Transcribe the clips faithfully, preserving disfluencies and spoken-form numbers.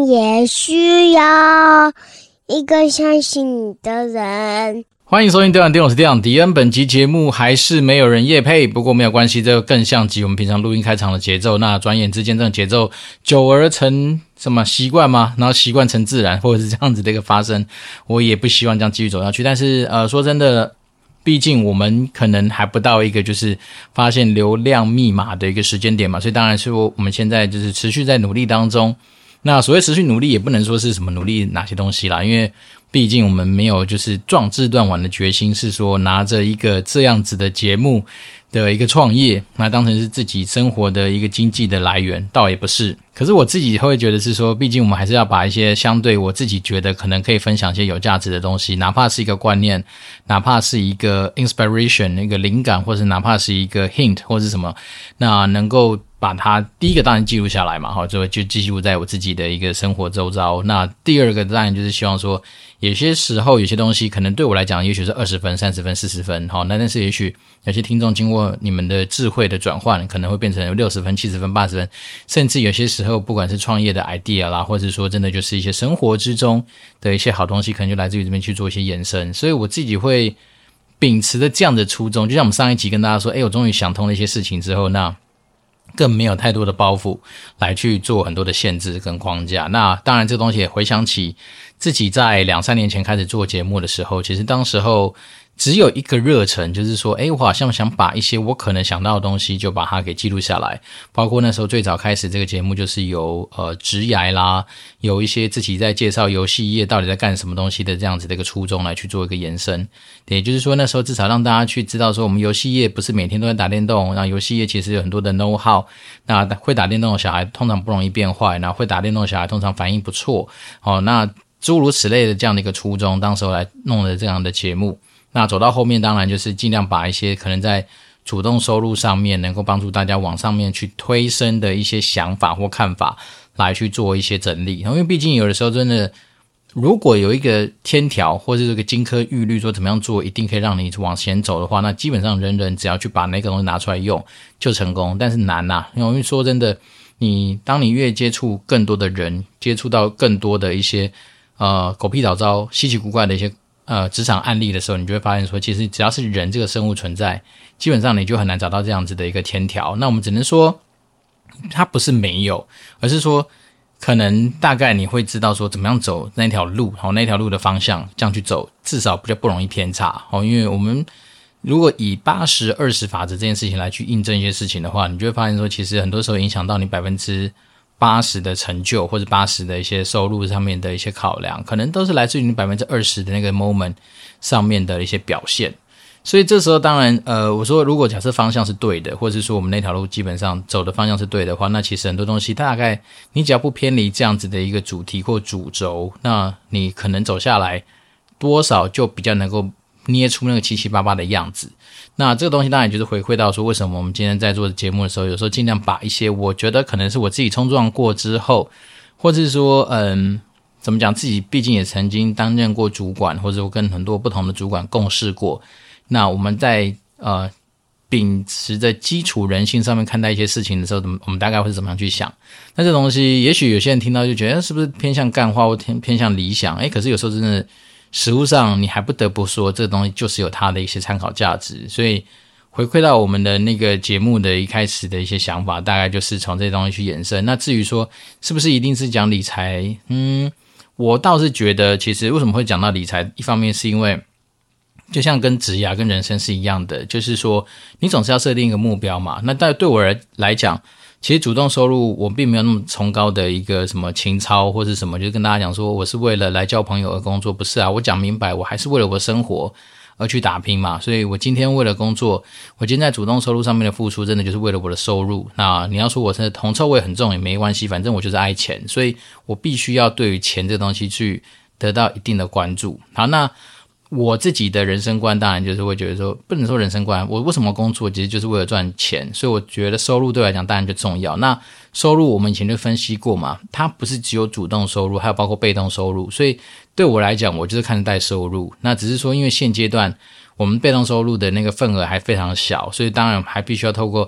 也需要一个相信你的人。 欢迎收听电玩店，我是电玩迪恩。本集节目还是没有人业配，不过没有关系，这个更像极我们平常录音开场的节奏。那转眼之间，这种节奏久而成什么习惯吗？然后习惯成自然，或者是这样子的一个发生，我也不希望这样继续走下去。但是呃，说真的，毕竟我们可能还不到一个就是发现流量密码的一个时间点嘛，所以当然是我们现在就是持续在努力当中。那所谓持续努力，也不能说是什么努力哪些东西啦，因为毕竟我们没有就是壮志断腕的决心，是说拿着一个这样子的节目的一个创业，那当成是自己生活的一个经济的来源，倒也不是。可是我自己会觉得是说，毕竟我们还是要把一些相对我自己觉得可能可以分享一些有价值的东西，哪怕是一个观念，哪怕是一个 inspiration 一个灵感，或是哪怕是一个 hint 或是什么，那能够把它第一个当然记录下来嘛，就就记录在我自己的一个生活周遭。那第二个当然就是希望说，有些时候有些东西可能对我来讲也许是二十分、三十分、四十分，好，那但是也许有些听众经过你们的智慧的转换，可能会变成六十分、七十分、八十分，甚至有些时候不管是创业的 idea 啦，或者说真的就是一些生活之中的一些好东西，可能就来自于这边去做一些延伸。所以我自己会秉持着这样的初衷，就像我们上一集跟大家说，诶，我终于想通了一些事情之后，那更没有太多的包袱来去做很多的限制跟框架。那当然这个东西也回想起自己在两三年前开始做节目的时候，其实当时候只有一个热忱，就是说诶，我好像想把一些我可能想到的东西就把它给记录下来。包括那时候最早开始这个节目就是有呃职涯啦，有一些自己在介绍游戏业到底在干什么东西的这样子的一个初衷来去做一个延伸。也就是说那时候至少让大家去知道说，我们游戏业不是每天都在打电动，那游戏业其实有很多的 know how， 那会打电动的小孩通常不容易变坏，那会打电动的小孩通常反应不错，哦，那诸如此类的这样的一个初衷，当时候来弄的这样的节目。那走到后面当然就是尽量把一些可能在主动收入上面能够帮助大家往上面去推升的一些想法或看法来去做一些整理。因为毕竟有的时候真的如果有一个天条或者是一个金科玉律说怎么样做一定可以让你往前走的话，那基本上人人只要去把那个东西拿出来用就成功。但是难啊，因为说真的，你当你越接触更多的人，接触到更多的一些呃狗屁倒灶稀奇古怪的一些呃，职场案例的时候，你就会发现说，其实只要是人这个生物存在，基本上你就很难找到这样子的一个天条。那我们只能说，它不是没有，而是说，可能大概你会知道说怎么样走那条路，好，那条路的方向这样去走，至少比较不容易偏差。好，因为我们如果以八十二十法则这件事情来去印证一些事情的话，你就会发现说，其实很多时候影响到你百分之八十的成就或者八十的一些收入上面的一些考量，可能都是来自于你百分之二十的那个 moment 上面的一些表现。所以这时候当然呃，我说如果假设方向是对的，或者是说我们那条路基本上走的方向是对的话，那其实很多东西大概你只要不偏离这样子的一个主题或主轴，那你可能走下来多少就比较能够捏出那个七七八八的样子。那这个东西当然就是回馈到说，为什么我们今天在做节目的时候，有时候尽量把一些我觉得可能是我自己冲撞过之后，或者是说嗯，怎么讲，自己毕竟也曾经担任过主管，或者说跟很多不同的主管共事过，那我们在呃秉持着基础人性上面看待一些事情的时候，我们大概会怎么样去想。那这东西也许有些人听到就觉得是不是偏向干话或偏向理想，诶，可是有时候真的实务上你还不得不说这个东西就是有它的一些参考价值。所以回馈到我们的那个节目的一开始的一些想法，大概就是从这些东西去延伸。那至于说是不是一定是讲理财，嗯，我倒是觉得其实为什么会讲到理财，一方面是因为就像跟职业跟人生是一样的，就是说你总是要设定一个目标嘛。那但对我来讲，其实主动收入我并没有那么崇高的一个什么情操或是什么，就是跟大家讲说我是为了来交朋友而工作，不是啊，我讲明白我还是为了我的生活而去打拼嘛。所以我今天为了工作，我今天在主动收入上面的付出真的就是为了我的收入。那你要说我是铜臭味很重也没关系，反正我就是爱钱，所以我必须要对于钱这个东西去得到一定的关注。好，那我自己的人生观当然就是会觉得说，不能说人生观，我为什么工作其实就是为了赚钱，所以我觉得收入对我来讲当然就重要。那收入我们以前就分析过嘛，它不是只有主动收入，还有包括被动收入，所以对我来讲我就是看待收入。那只是说因为现阶段我们被动收入的那个份额还非常小，所以当然还必须要透过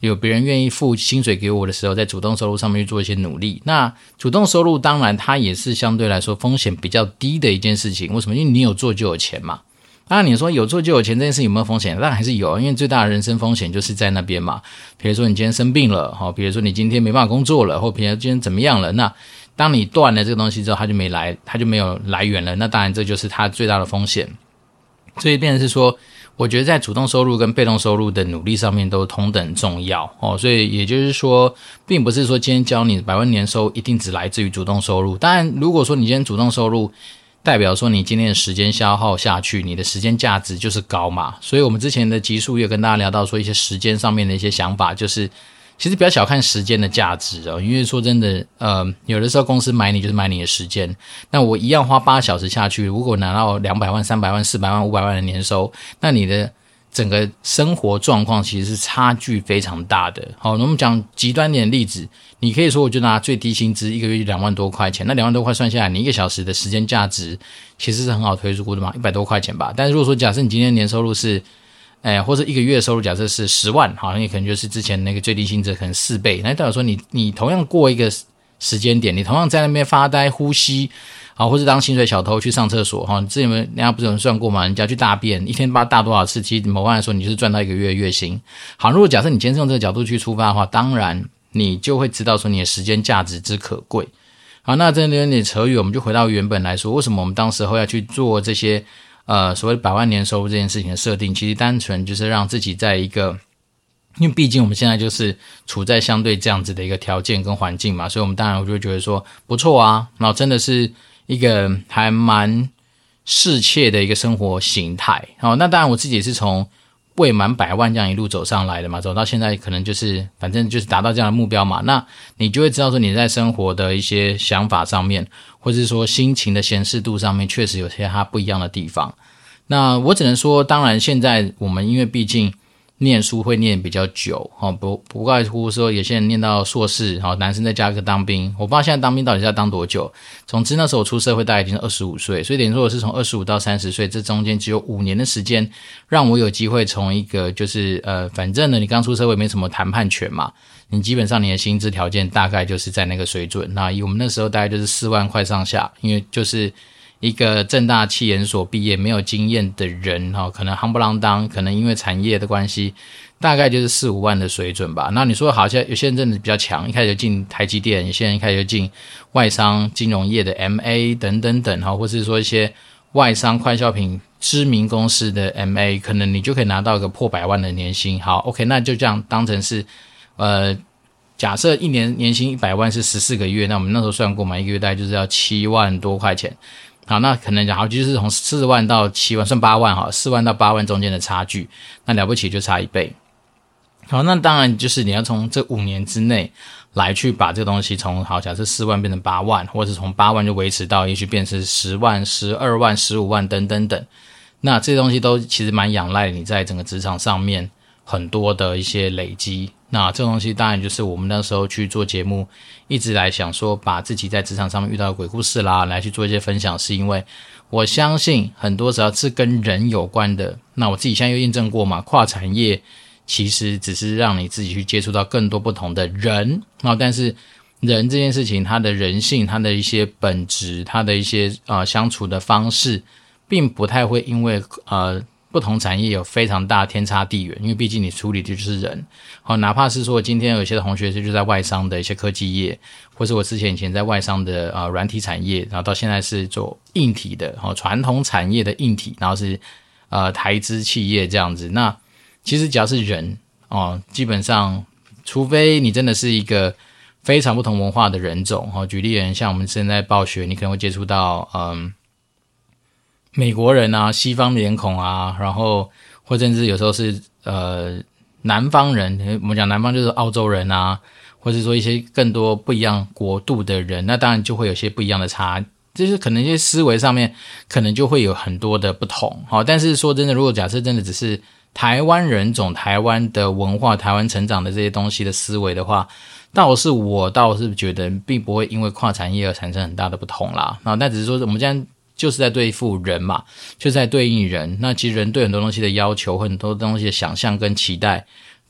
有别人愿意付薪水给我的时候，在主动收入上面去做一些努力。那主动收入当然它也是相对来说风险比较低的一件事情。为什么？因为你有做就有钱嘛。当然你说有做就有钱这件事情有没有风险？当然还是有，因为最大的人生风险就是在那边嘛。比如说你今天生病了，比如说你今天没办法工作了，或比如说今天怎么样了，那当你断了这个东西之后，它就没来，它就没有来源了，那当然这就是它最大的风险。所以变成是说，我觉得在主动收入跟被动收入的努力上面都同等重要哦。所以也就是说，并不是说今天教你百万年收一定只来自于主动收入。当然如果说你今天主动收入代表说你今天的时间消耗下去，你的时间价值就是高嘛。所以我们之前的集数也跟大家聊到说一些时间上面的一些想法，就是其实不要小看时间的价值哦，因为说真的，呃，有的时候公司买你就是买你的时间。那我一样花八小时下去，如果拿到两百万、三百万、四百万、五百万的年收，那你的整个生活状况其实是差距非常大的。好，我们讲极端点的例子，你可以说我就拿最低薪资一个月就两万多块钱，那两万多块算下来，你一个小时的时间价值其实是很好推估的嘛，一百多块钱吧。但是如果说假设你今天的年收入是哎，或者一个月的收入假设是十万，好，你可能就是之前那个最低薪资可能四倍，那代表说你你同样过一个时间点，你同样在那边发呆呼吸，好，或者当薪水小偷去上厕所，哈，之前人家不是有人算过吗？人家去大便一天大大多少次，其实某方来说你就是赚到一个月的月薪。好，如果假设你今天是用这个角度去出发的话，当然你就会知道说你的时间价值之可贵。好，那这有点扯远，我们就回到原本来说，为什么我们当时候要去做这些呃，所谓百万年收入这件事情的设定，其实单纯就是让自己在一个，因为毕竟我们现在就是处在相对这样子的一个条件跟环境嘛，所以我们当然我就会觉得说不错啊，然后真的是一个还蛮适切的一个生活形态。好，那当然我自己也是从未满百万这样一路走上来的嘛，走到现在可能就是反正就是达到这样的目标嘛，那你就会知道说你在生活的一些想法上面，或是说心情的闲适度上面确实有些它不一样的地方。那我只能说，当然现在我们因为毕竟念书会念比较久，不不外乎说有些人念到硕士，男生再加个当兵，我不知道现在当兵到底是要当多久。总之那时候我出社会大概已经是二十五岁，所以等于说我是从二十五到三十岁，这中间只有五年的时间，让我有机会从一个就是呃，反正呢你刚出社会没什么谈判权嘛，你基本上你的薪资条件大概就是在那个水准。那以我们那时候大概就是四万块上下，因为就是一个政大企研所毕业没有经验的人，可能夯不啷当，可能因为产业的关系，大概就是四五万的水准吧。那你说好像有些人真的比较强，一开始就进台积电，有些人一开始就进外商金融业的 M A 等等等，或是说一些外商快消品知名公司的 M A， 可能你就可以拿到一个破百万的年薪。好 OK， 那就这样当成是呃，假设一年年薪一百万是十四个月，那我们那时候算过嘛，一个月大概就是要七万多块钱。好，那可能好就是从四万到七万，算八万好，四万到八万中间的差距，那了不起就差一倍。好，那当然就是你要从这五年之内来去把这个东西从好假设四万变成八万，或者是从八万就维持到也许变成十万、十二万、十五万等等等。那这些东西都其实蛮仰赖你在整个职场上面很多的一些累积。那这东西当然就是我们那时候去做节目一直来想说把自己在职场上面遇到的鬼故事啦来去做一些分享，是因为我相信很多只要是跟人有关的，那我自己现在又验证过嘛，跨产业其实只是让你自己去接触到更多不同的人，但是人这件事情它的人性，它的一些本质，它的一些呃相处的方式并不太会因为呃不同产业有非常大天差地远，因为毕竟你处理的就是人。好，哪怕是说今天有些同学就在外商的一些科技业，或是我之前以前在外商的呃软体产业，然后到现在是做硬体的，哦，传统产业的硬体，然后是呃台资企业这样子。那其实只要是人哦，基本上除非你真的是一个非常不同文化的人种，哦，举例人像我们现在暴雪，你可能会接触到嗯。美国人啊，西方脸孔啊，然后或甚至有时候是呃南方人，我们讲南方就是澳洲人啊，或者说一些更多不一样国度的人，那当然就会有些不一样的差，就是可能一些思维上面可能就会有很多的不同。好，但是说真的，如果假设真的只是台湾人种、台湾的文化、台湾成长的这些东西的思维的话，倒是我倒是觉得并不会因为跨产业而产生很大的不同啦。那但只是说我们现在就是在对付人嘛，就是在对应人。那其实人对很多东西的要求，很多东西的想象跟期待，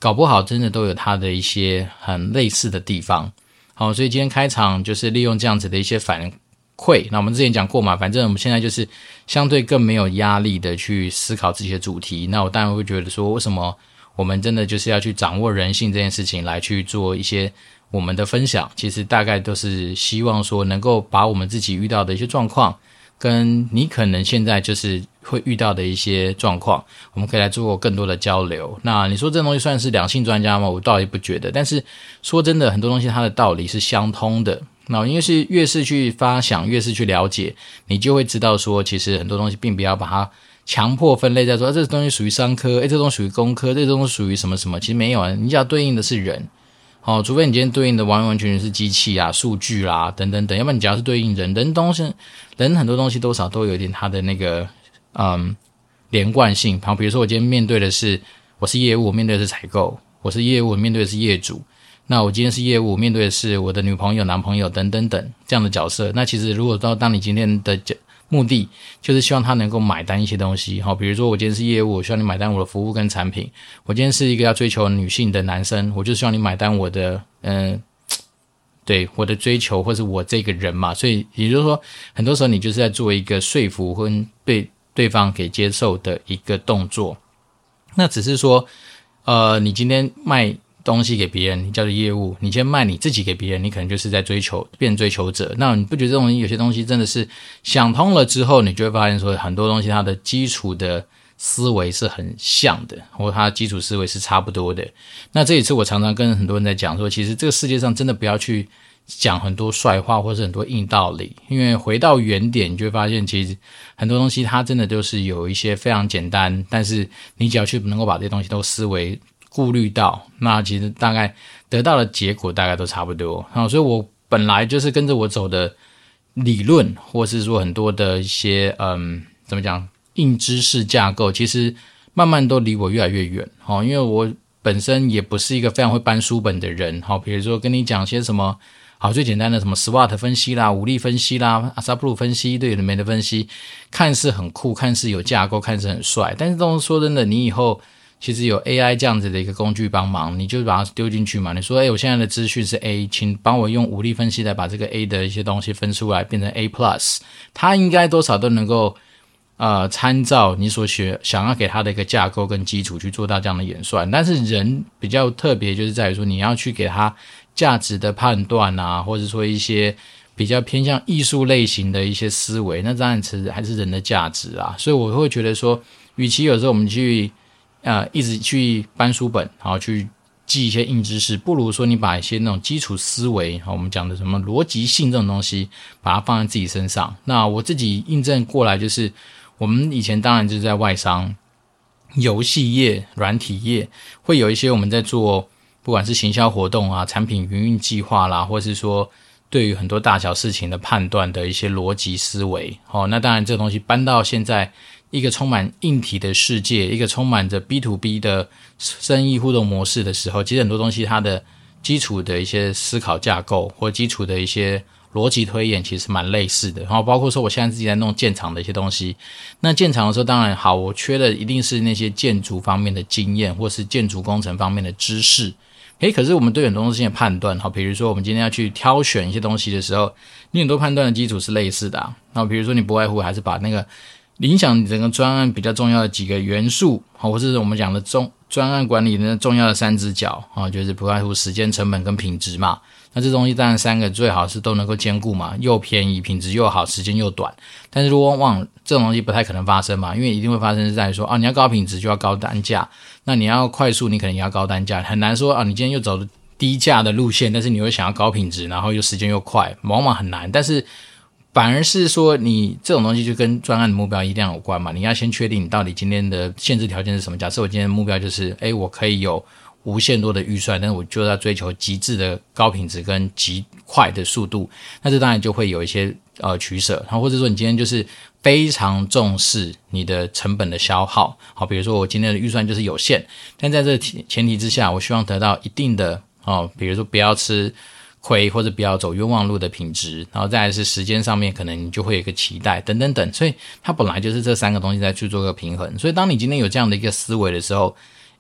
搞不好真的都有它的一些很类似的地方。好，所以今天开场就是利用这样子的一些反馈，那我们之前讲过嘛，反正我们现在就是相对更没有压力的去思考这些主题。那我当然会觉得说，为什么我们真的就是要去掌握人性这件事情来去做一些我们的分享，其实大概都是希望说能够把我们自己遇到的一些状况跟你可能现在就是会遇到的一些状况，我们可以来做更多的交流。那你说这东西算是两性专家吗？我倒也不觉得，但是说真的，很多东西它的道理是相通的。那因为是越是去发想，越是去了解，你就会知道说，其实很多东西并不要把它强迫分类在说、啊、这东西属于商科，诶这东西属于工科，这东西属于什么什么，其实没有啊，你只要对应的是人。哦，除非你今天对应的完完全全是机器啊、数据啦、啊、等等等，要不然你只要是对应人，人东西，人很多东西多少都有一点它的那个嗯连贯性。好，比如说我今天面对的是我是业务，我面对的是采购；我是业务，我面对的是业主。那我今天是业务，面对的是我的女朋友、男朋友等等等这样的角色。那其实如果到当你今天的目的就是希望他能够买单一些东西，好，比如说我今天是业务，我希望你买单我的服务跟产品；我今天是一个要追求女性的男生，我就希望你买单我的，嗯、呃，对我的追求或是我这个人嘛。所以也就是说，很多时候你就是在做一个说服或被对方给接受的一个动作。那只是说，呃，你今天卖东西给别人，你叫做业务；你今天卖你自己给别人，你可能就是在追求变追求者。那你不觉得这种有些东西真的是想通了之后，你就会发现说，很多东西它的基础的思维是很像的，或它的基础思维是差不多的。那这也是我常常跟很多人在讲说，其实这个世界上真的不要去讲很多帅话或是很多硬道理，因为回到原点，你就会发现其实很多东西它真的就是有一些非常简单，但是你只要去能够把这些东西都思维顾虑到，那其实大概得到的结果大概都差不多。好，所以我本来就是跟着我走的理论，或是说很多的一些嗯，怎么讲硬知识架构，其实慢慢都离我越来越远。好，因为我本身也不是一个非常会搬书本的人。好，比如说跟你讲些什么，好，最简单的什么 SWOT 分析啦、武力分析啦、阿萨布鲁分析、对有的没的分析，看似很酷，看似有架构，看似很帅，但是这种说真的，你以后其实有 A I 这样子的一个工具帮忙，你就把它丢进去嘛。你说，诶，我现在的资讯是 A， 请帮我用武力分析来把这个 A 的一些东西分出来，变成 A plus， 它应该多少都能够呃参照你所学想要给它的一个架构跟基础去做到这样的演算。但是人比较特别，就是在于说你要去给它价值的判断啊，或者说一些比较偏向艺术类型的一些思维，那当然其实还是人的价值啊。所以我会觉得说，与其有时候我们去呃，一直去搬书本，然后去记一些硬知识，不如说你把一些那种基础思维，我们讲的什么逻辑性这种东西，把它放在自己身上。那我自己印证过来，就是我们以前当然就是在外商、游戏业、软体业，会有一些我们在做，不管是行销活动啊、产品营运计划啦，或是说对于很多大小事情的判断的一些逻辑思维。哦，那当然这个东西搬到现在一个充满硬体的世界，一个充满着 B to B 的生意互动模式的时候，其实很多东西它的基础的一些思考架构或基础的一些逻辑推演其实蛮类似的。然后包括说我现在自己在弄建厂的一些东西，那建厂的时候当然好，我缺的一定是那些建筑方面的经验或是建筑工程方面的知识。诶，可是我们对很多东西的判断，好，比如说我们今天要去挑选一些东西的时候，你很多判断的基础是类似的啊。然后比如说你不外乎还是把那个影响你整个专案比较重要的几个元素，或是我们讲的中专案管理的重要的三只脚，就是不外乎时间、成本跟品质嘛。那这东西当然三个最好是都能够兼顾嘛，又便宜、品质又好、时间又短。但是如果往往这种东西不太可能发生嘛，因为一定会发生是在于说，啊，你要高品质就要高单价，那你要快速你可能也要高单价，很难说啊，你今天又走低价的路线，但是你又想要高品质，然后又时间又快，往往很难。但是反而是说你这种东西就跟专案的目标一定有关嘛，你要先确定你到底今天的限制条件是什么。假设我今天的目标就是诶我可以有无限多的预算，但是我就要追求极致的高品质跟极快的速度，那这当然就会有一些呃取舍。然后或者说你今天就是非常重视你的成本的消耗，好，比如说我今天的预算就是有限，但在这前提之下，我希望得到一定的哦，比如说不要吃亏或者不要走冤枉路的品质，然后再来是时间上面可能你就会有一个期待等等等，所以它本来就是这三个东西在去做个平衡。所以当你今天有这样的一个思维的时候，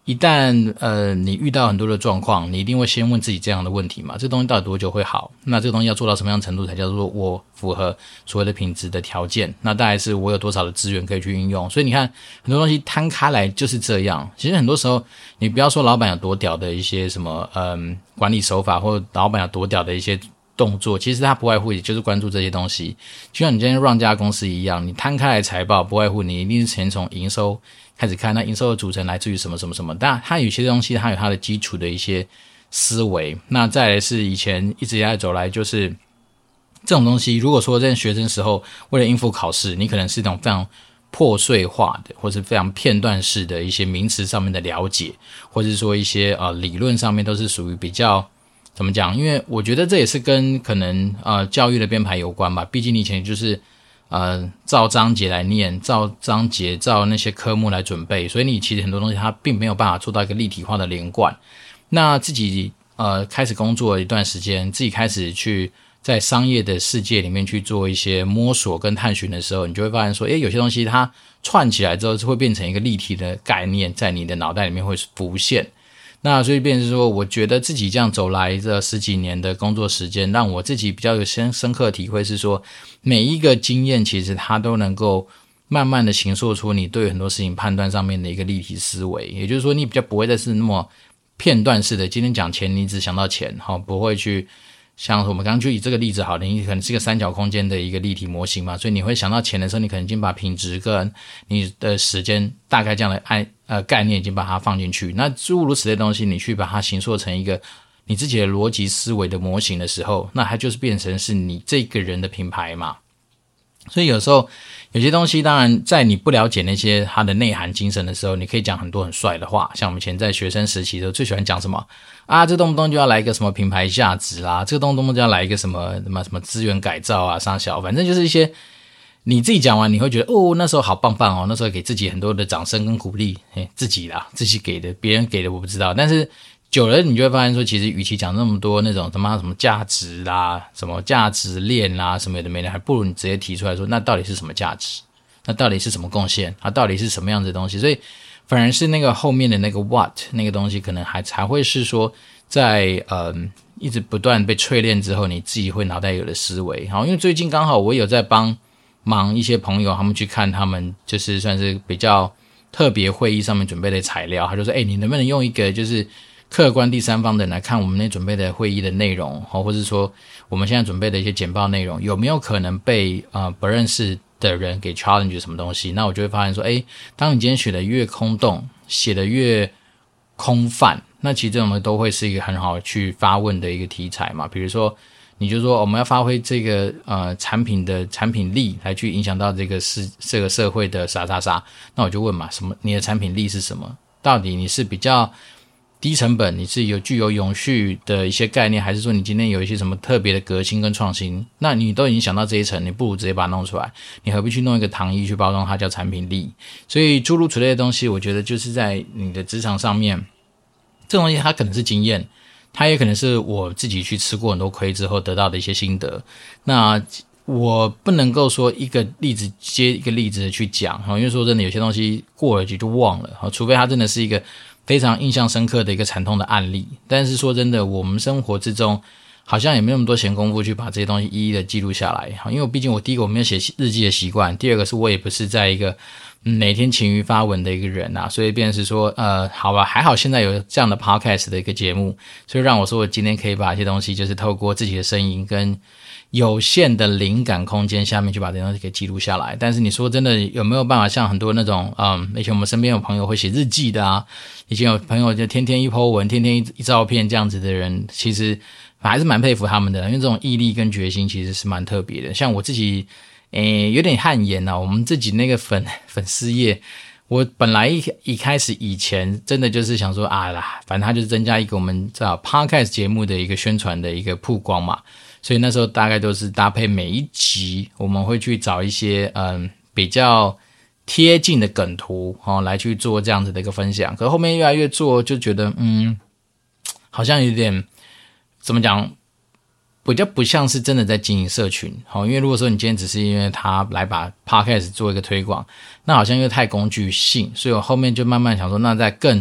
一旦呃你遇到很多的状况，你一定会先问自己这样的问题嘛，这东西到底多久会好？那这个东西要做到什么样的程度才叫做我符合所谓的品质的条件？那大概是我有多少的资源可以去运用？所以你看很多东西摊开来就是这样。其实很多时候你不要说老板有多屌的一些什么嗯管理手法，或者老板有多屌的一些动作，其实他不外乎也就是关注这些东西。就像你今天run家公司一样，你摊开来财报，不外乎你一定是先从营收开始看，那营收的组成来自于什么什么什么，但它有些东西它有它的基础的一些思维。那再来是以前一直以来走来，就是这种东西，如果说在学生时候为了应付考试，你可能是一种非常破碎化的或是非常片段式的一些名词上面的了解，或是说一些呃理论上面都是属于比较怎么讲，因为我觉得这也是跟可能呃教育的编排有关吧，毕竟你以前就是呃，照章节来念，照章节照那些科目来准备，所以你其实很多东西它并没有办法做到一个立体化的连贯。那自己呃开始工作一段时间，自己开始去在商业的世界里面去做一些摸索跟探寻的时候，你就会发现说，诶，有些东西它串起来之后是会变成一个立体的概念，在你的脑袋里面会浮现。那所以变成说，我觉得自己这样走来这十几年的工作时间，让我自己比较有深深刻的体会是说，每一个经验其实它都能够慢慢的形塑出你对很多事情判断上面的一个立体思维。也就是说，你比较不会再是那么片段式的，今天讲钱你只想到钱，不会去像我们刚刚就以这个例子好了，你可能是一个三角空间的一个立体模型嘛，所以你会想到钱的时候，你可能已经把品质跟你的时间大概这样的按呃概念已经把它放进去。那诸如此类的东西，你去把它形塑成一个你自己的逻辑思维的模型的时候，那它就是变成是你这个人的品牌嘛。所以有时候有些东西当然在你不了解那些它的内涵精神的时候，你可以讲很多很帅的话，像我们以前在学生时期的时候最喜欢讲什么啊，这动不动就要来一个什么品牌价值啦，这个动不动就要来一个什么什么什么资源改造啊，啥小，反正就是一些你自己讲完你会觉得哦那时候好棒棒哦，那时候给自己很多的掌声跟鼓励，嘿自己啦自己给的，别人给的我不知道，但是久了你就会发现说，其实与其讲那么多那种什么什么价值啦，什么价值链啦，什么的没的，还不如你直接提出来说，那到底是什么价值？那到底是什么贡献？它到底是什么样子的东西？所以反而是那个后面的那个 what 那个东西，可能还才会是说在呃一直不断被淬炼之后，你自己会脑袋有的思维。好，因为最近刚好我有在帮忙一些朋友，他们去看他们就是算是比较特别会议上面准备的材料，他就说，哎，你能不能用一个就是客观第三方的人来看我们那准备的会议的内容，或者说我们现在准备的一些简报内容，有没有可能被呃不认识的人给 challenge 什么东西？那我就会发现说，诶，当你今天写的越空洞，写的越空泛，那其实这种都会是一个很好去发问的一个题材嘛。比如说你就说我们要发挥这个呃产品的产品力来去影响到这个是这个社会的啥啥啥，那我就问嘛，什么你的产品力是什么？到底你是比较低成本，你是有具有永续的一些概念，还是说你今天有一些什么特别的革新跟创新？那你都已经想到这一层，你不如直接把它弄出来，你何必去弄一个糖衣去包装它叫产品力？所以诸如此类的东西，我觉得就是在你的职场上面，这种东西它可能是经验，它也可能是我自己去吃过很多亏之后得到的一些心得。那我不能够说一个例子接一个例子的去讲，因为说真的有些东西过了就忘了，除非它真的是一个非常印象深刻的一个惨痛的案例。但是说真的，我们生活之中好像也没有那么多闲工夫去把这些东西一一的记录下来，因为毕竟我第一个我没有写日记的习惯，第二个是我也不是在一个嗯每天勤于发文的一个人啊，所以变成是说呃好吧，还好现在有这样的 podcast 的一个节目，所以让我说我今天可以把一些东西就是透过自己的声音跟有限的灵感空间下面去把这些东西给记录下来。但是你说真的有没有办法像很多那种嗯以前我们身边有朋友会写日记的啊，以前有朋友就天天一 po 文天天 一, 一照片这样子的人，其实还是蛮佩服他们的，因为这种毅力跟决心其实是蛮特别的。像我自己诶有点汗颜啊，我们自己那个粉粉丝页，我本来一一开始以前真的就是想说啊啦，反正它就是增加一个我们叫 podcast 节目的一个宣传的一个曝光嘛，所以那时候大概都是搭配每一集我们会去找一些嗯比较贴近的梗图哦来去做这样子的一个分享。可是后面越来越做就觉得嗯好像有点怎么讲，比较不像是真的在经营社群。好，因为如果说你今天只是因为他来把 podcast 做一个推广，那好像又太工具性，所以我后面就慢慢想说，那再更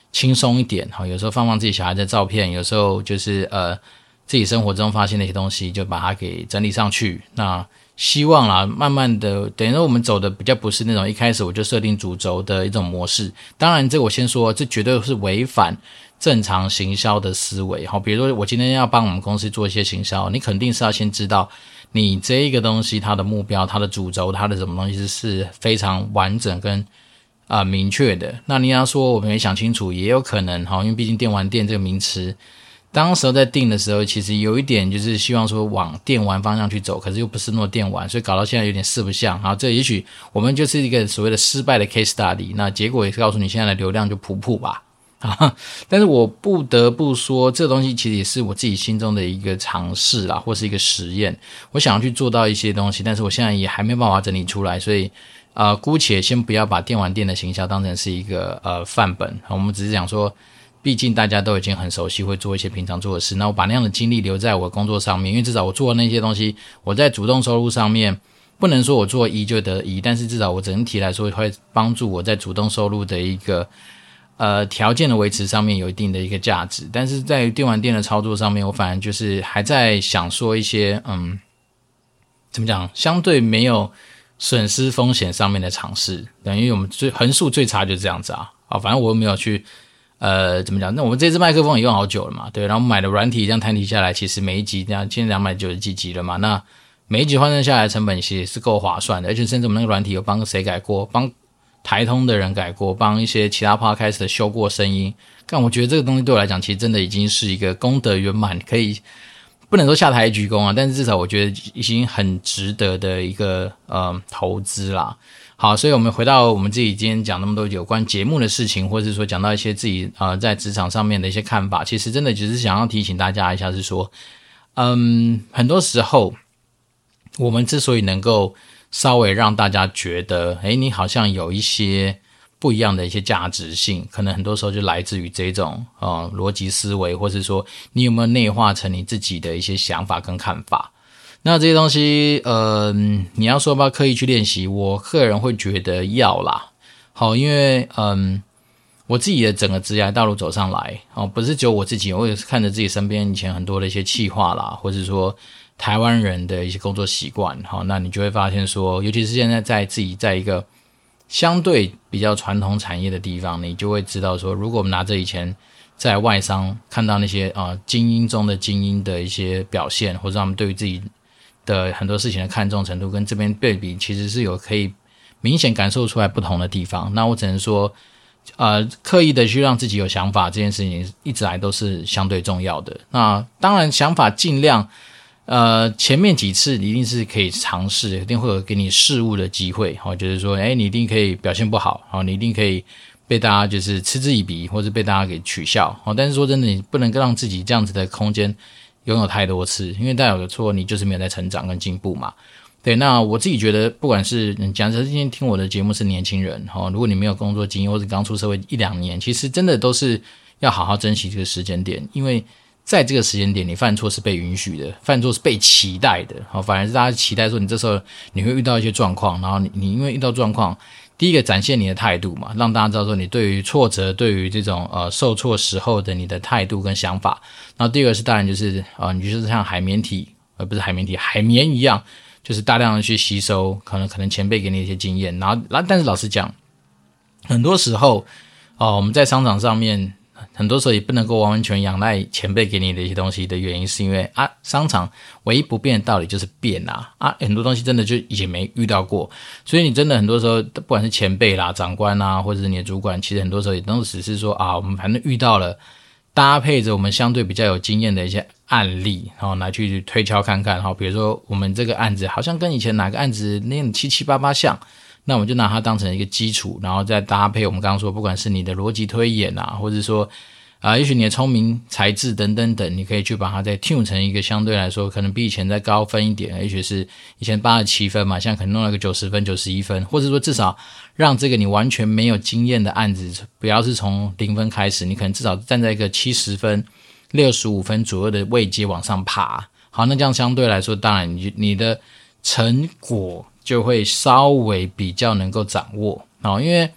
轻松一点，有时候放放自己小孩的照片，有时候就是呃自己生活中发现的一些东西，就把它给整理上去。那希望啦，慢慢的，等于说我们走的比较不是那种一开始我就设定主轴的一种模式。当然，这个我先说，这绝对是违反正常行销的思维。好，比如说我今天要帮我们公司做一些行销，你肯定是要先知道你这一个东西它的目标、它的主轴、它的什么东西是非常完整跟啊、呃、明确的。那你要说我们没想清楚，也有可能，因为毕竟电玩店这个名词。当时候在定的时候，其实有一点就是希望说往电玩方向去走，可是又不是那么电玩，所以搞到现在有点四不像。好，这也许我们就是一个所谓的失败的 case study， 那结果也是告诉你现在的流量就普普吧。啊，但是我不得不说，这个东西其实也是我自己心中的一个尝试啦，或是一个实验。我想要去做到一些东西，但是我现在也还没办法整理出来，所以呃，姑且先不要把电玩店的行销当成是一个呃范本，我们只是讲说。毕竟大家都已经很熟悉，会做一些平常做的事。那我把那样的精力留在我的工作上面，因为至少我做的那些东西，我在主动收入上面不能说我做一就得一，但是至少我整体来说会帮助我在主动收入的一个呃条件的维持上面有一定的一个价值。但是在电玩店的操作上面，我反而就是还在想说一些嗯，怎么讲，相对没有损失风险上面的尝试。等于我们最横竖最差就是这样子啊。啊，反正我又没有去。呃，怎么讲？那我们这支麦克风也用好久了嘛，对，然后买的软体这样摊提下来，其实每一集这样，现在两百九十几集了嘛，那每一集换算下来的成本其实是够划算的，而且甚至我们那个软体有帮谁改过，帮台通的人改过，帮一些其他 podcast 修过声音。但我觉得这个东西对我来讲，其实真的已经是一个功德圆满，可以不能说下台鞠躬啊，但是至少我觉得已经很值得的一个呃投资啦。好，所以我们回到我们自己今天讲那么多有关节目的事情，或者是说讲到一些自己呃在职场上面的一些看法，其实真的只是想要提醒大家一下，是说，嗯，很多时候我们之所以能够稍微让大家觉得，诶，你好像有一些不一样的一些价值性，可能很多时候就来自于这种呃逻辑思维，或是说你有没有内化成你自己的一些想法跟看法。那这些东西，呃，你要说要不要刻意去练习，我个人会觉得要啦。好，因为嗯，我自己的整个职业道路走上来，哦，不是只有我自己，我也是看着自己身边以前很多的一些企划啦，或者说台湾人的一些工作习惯，好，那你就会发现说，尤其是现在在自己在一个相对比较传统产业的地方，你就会知道说，如果我们拿着以前在外商看到那些啊、呃、精英中的精英的一些表现，或者他们对于自己的很多事情的看重程度跟这边对比，其实是有可以明显感受出来不同的地方。那我只能说呃，刻意的去让自己有想法这件事情一直来都是相对重要的。那当然想法尽量呃，前面几次你一定是可以尝试，一定会有给你试误的机会，好，就是说诶你一定可以表现不好，好，你一定可以被大家就是嗤之以鼻，或者被大家给取笑，好，但是说真的你不能让自己这样子的空间拥有太多次，因为代表错你就是没有在成长跟进步嘛。对，那我自己觉得不管是你假设今天听我的节目是年轻人，如果你没有工作经验或者刚出社会一两年，其实真的都是要好好珍惜这个时间点，因为在这个时间点你犯错是被允许的，犯错是被期待的，反而是大家期待说你这时候你会遇到一些状况，然后 你, 你因为遇到状况，第一个展现你的态度嘛，让大家知道说你对于挫折，对于这种呃受挫时候的你的态度跟想法。然后第二个是当然就是呃你就是像海绵体，而不是海绵体，海绵一样，就是大量的去吸收可能可能前辈给你一些经验。然后但是老实讲，很多时候哦、呃、我们在商场上面很多时候也不能够完完全仰赖前辈给你的一些东西的原因，是因为啊，商场唯一不变的道理就是变啊啊，很多东西真的就以前没遇到过，所以你真的很多时候不管是前辈啦、长官啦，或者是你的主管，其实很多时候也都只是说啊，我们反正遇到了，搭配着我们相对比较有经验的一些案例，然后来去推敲看看，好，比如说我们这个案子好像跟以前哪个案子那种七七八八像。那我们就拿它当成一个基础，然后再搭配我们刚刚说，不管是你的逻辑推演啊，或者说啊、呃，也许你的聪明才智等等等，你可以去把它再 tune 成一个相对来说可能比以前再高分一点，也许是以前八十七分嘛，现在可能弄了个九十分、九十一分，或者说至少让这个你完全没有经验的案子，不要是从零分开始，你可能至少站在一个七十分、六十五分左右的位阶往上爬。好，那这样相对来说，当然你你的成果就会稍微比较能够掌握，因为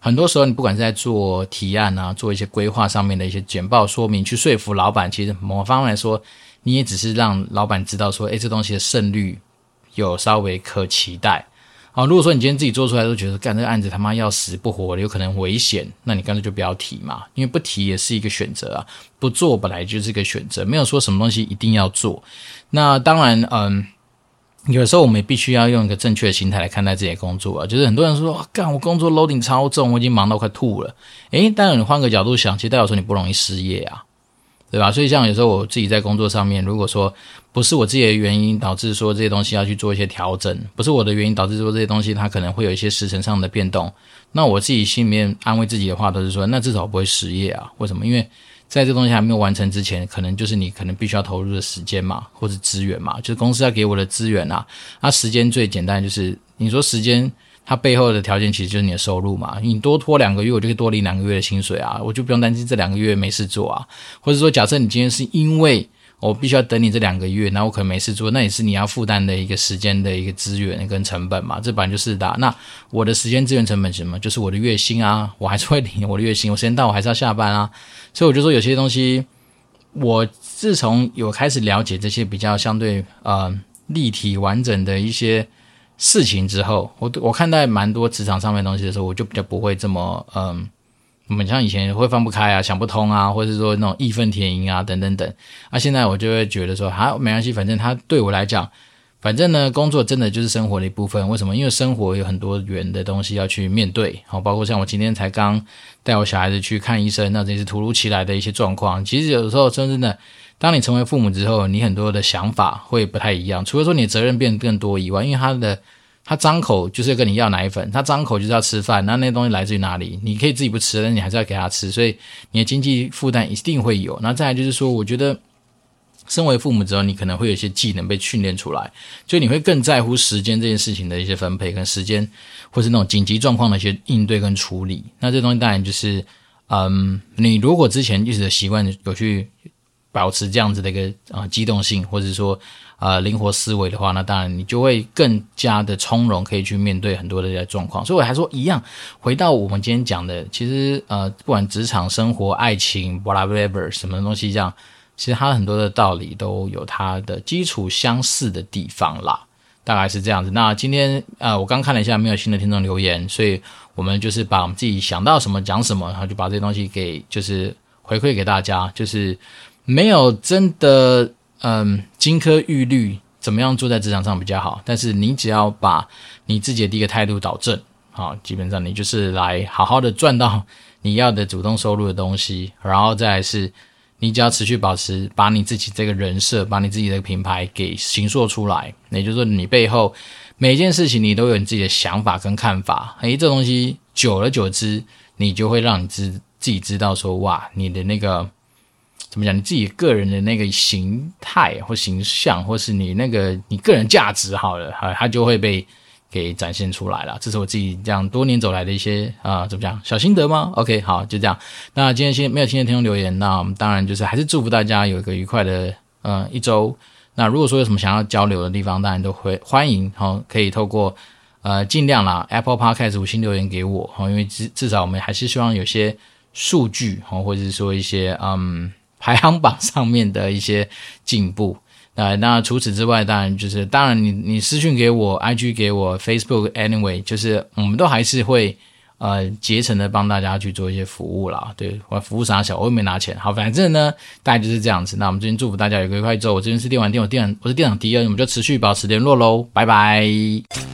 很多时候你不管是在做提案啊，做一些规划上面的一些简报说明，去说服老板，其实某方面来说，你也只是让老板知道说，诶，这东西的胜率有稍微可期待。好，如果说你今天自己做出来都觉得干这个案子他妈要死不活的，有可能危险，那你干脆就不要提嘛，因为不提也是一个选择啊，不做本来就是一个选择，没有说什么东西一定要做。那当然，嗯，有的时候我们也必须要用一个正确的心态来看待自己的工作啊，就是很多人说，干我工作 loading 超重，我已经忙到快吐了。诶，但是你换个角度想，其实代表说你不容易失业啊。对吧？所以像有时候我自己在工作上面，如果说不是我自己的原因导致说这些东西要去做一些调整，不是我的原因导致说这些东西它可能会有一些时程上的变动，那我自己心里面安慰自己的话都是说，那至少不会失业啊。为什么？因为在这东西还没有完成之前，可能就是你可能必须要投入的时间嘛，或是资源嘛，就是公司要给我的资源啊。那时间最简单就是你说时间，它背后的条件其实就是你的收入嘛，你多拖两个月，我就可以多领两个月的薪水啊，我就不用担心这两个月没事做啊。或者说假设你今天是因为我必须要等你这两个月，然后我可能没事做，那也是你要负担的一个时间的一个资源跟成本嘛，这本来就是的。那我的时间资源成本是什么？就是我的月薪啊，我还是会领我的月薪，我时间到我还是要下班啊。所以我就说有些东西，我自从有开始了解这些比较相对呃立体完整的一些事情之后，我我看待蛮多职场上面的东西的时候，我就比较不会这么嗯，我们像以前会放不开啊、想不通啊，或者是说那种义愤填膺啊等等等。啊，现在我就会觉得说，好，没关系，反正它对我来讲，反正呢，工作真的就是生活的一部分。为什么？因为生活有很多元的东西要去面对，好，包括像我今天才刚带我小孩子去看医生，那这是突如其来的一些状况。其实有时候真的，当你成为父母之后，你很多的想法会不太一样。除了说你的责任变得更多以外，因为他的他张口就是要跟你要奶粉，他张口就是要吃饭，那那些东西来自于哪里？你可以自己不吃，但你还是要给他吃，所以你的经济负担一定会有。那再来就是说，我觉得身为父母之后，你可能会有一些技能被训练出来，就你会更在乎时间这件事情的一些分配，跟时间或是那种紧急状况的一些应对跟处理。那这东西当然就是，嗯，你如果之前一直的习惯有去保持这样子的一个呃机动性，或者说呃灵活思维的话，那当然你就会更加的从容，可以去面对很多的这些状况。所以我还说一样，回到我们今天讲的，其实呃不管职场、生活、爱情 whatever 什么东西这样，其实它很多的道理都有它的基础相似的地方啦，大概是这样子。那今天呃我刚看了一下，没有新的听众留言，所以我们就是把我们自己想到什么讲什么，然后就把这些东西给就是回馈给大家，就是没有真的嗯金科玉律怎么样做在职场上比较好，但是你只要把你自己的第一个态度导正，好，基本上你就是来好好的赚到你要的主动收入的东西，然后再来是你只要持续保持把你自己这个人设，把你自己的品牌给形塑出来，也就是说你背后每一件事情你都有你自己的想法跟看法，诶，这东西久而久之你就会让你自自己知道说，哇，你的那个怎么讲，你自己个人的那个形态或形象，或是你那个你个人价值好了，它就会被给展现出来了。这是我自己这样多年走来的一些啊、呃，怎么讲小心得吗 ？OK， 好，就这样。那今天先没有新的听众留言，那我们当然就是还是祝福大家有一个愉快的呃一周。那如果说有什么想要交流的地方，当然都会欢迎，好、哦，可以透过呃尽量啦 Apple Podcast 五星留言给我，好、哦，因为至至少我们还是希望有些数据，好、哦，或者是说一些嗯。排行榜上面的一些进步。呃，那除此之外，当然就是，当然你你私讯给我 ，I G 给我 ，Facebook anyway， 就是我们都还是会呃竭诚的帮大家去做一些服务啦。对，我服务啥小，我又没拿钱。好，反正呢，大概就是这样子。那我们今天祝福大家有个愉快周。我这边是电玩店，我店我是店长迪恩，我们就持续保持联络喽，拜拜。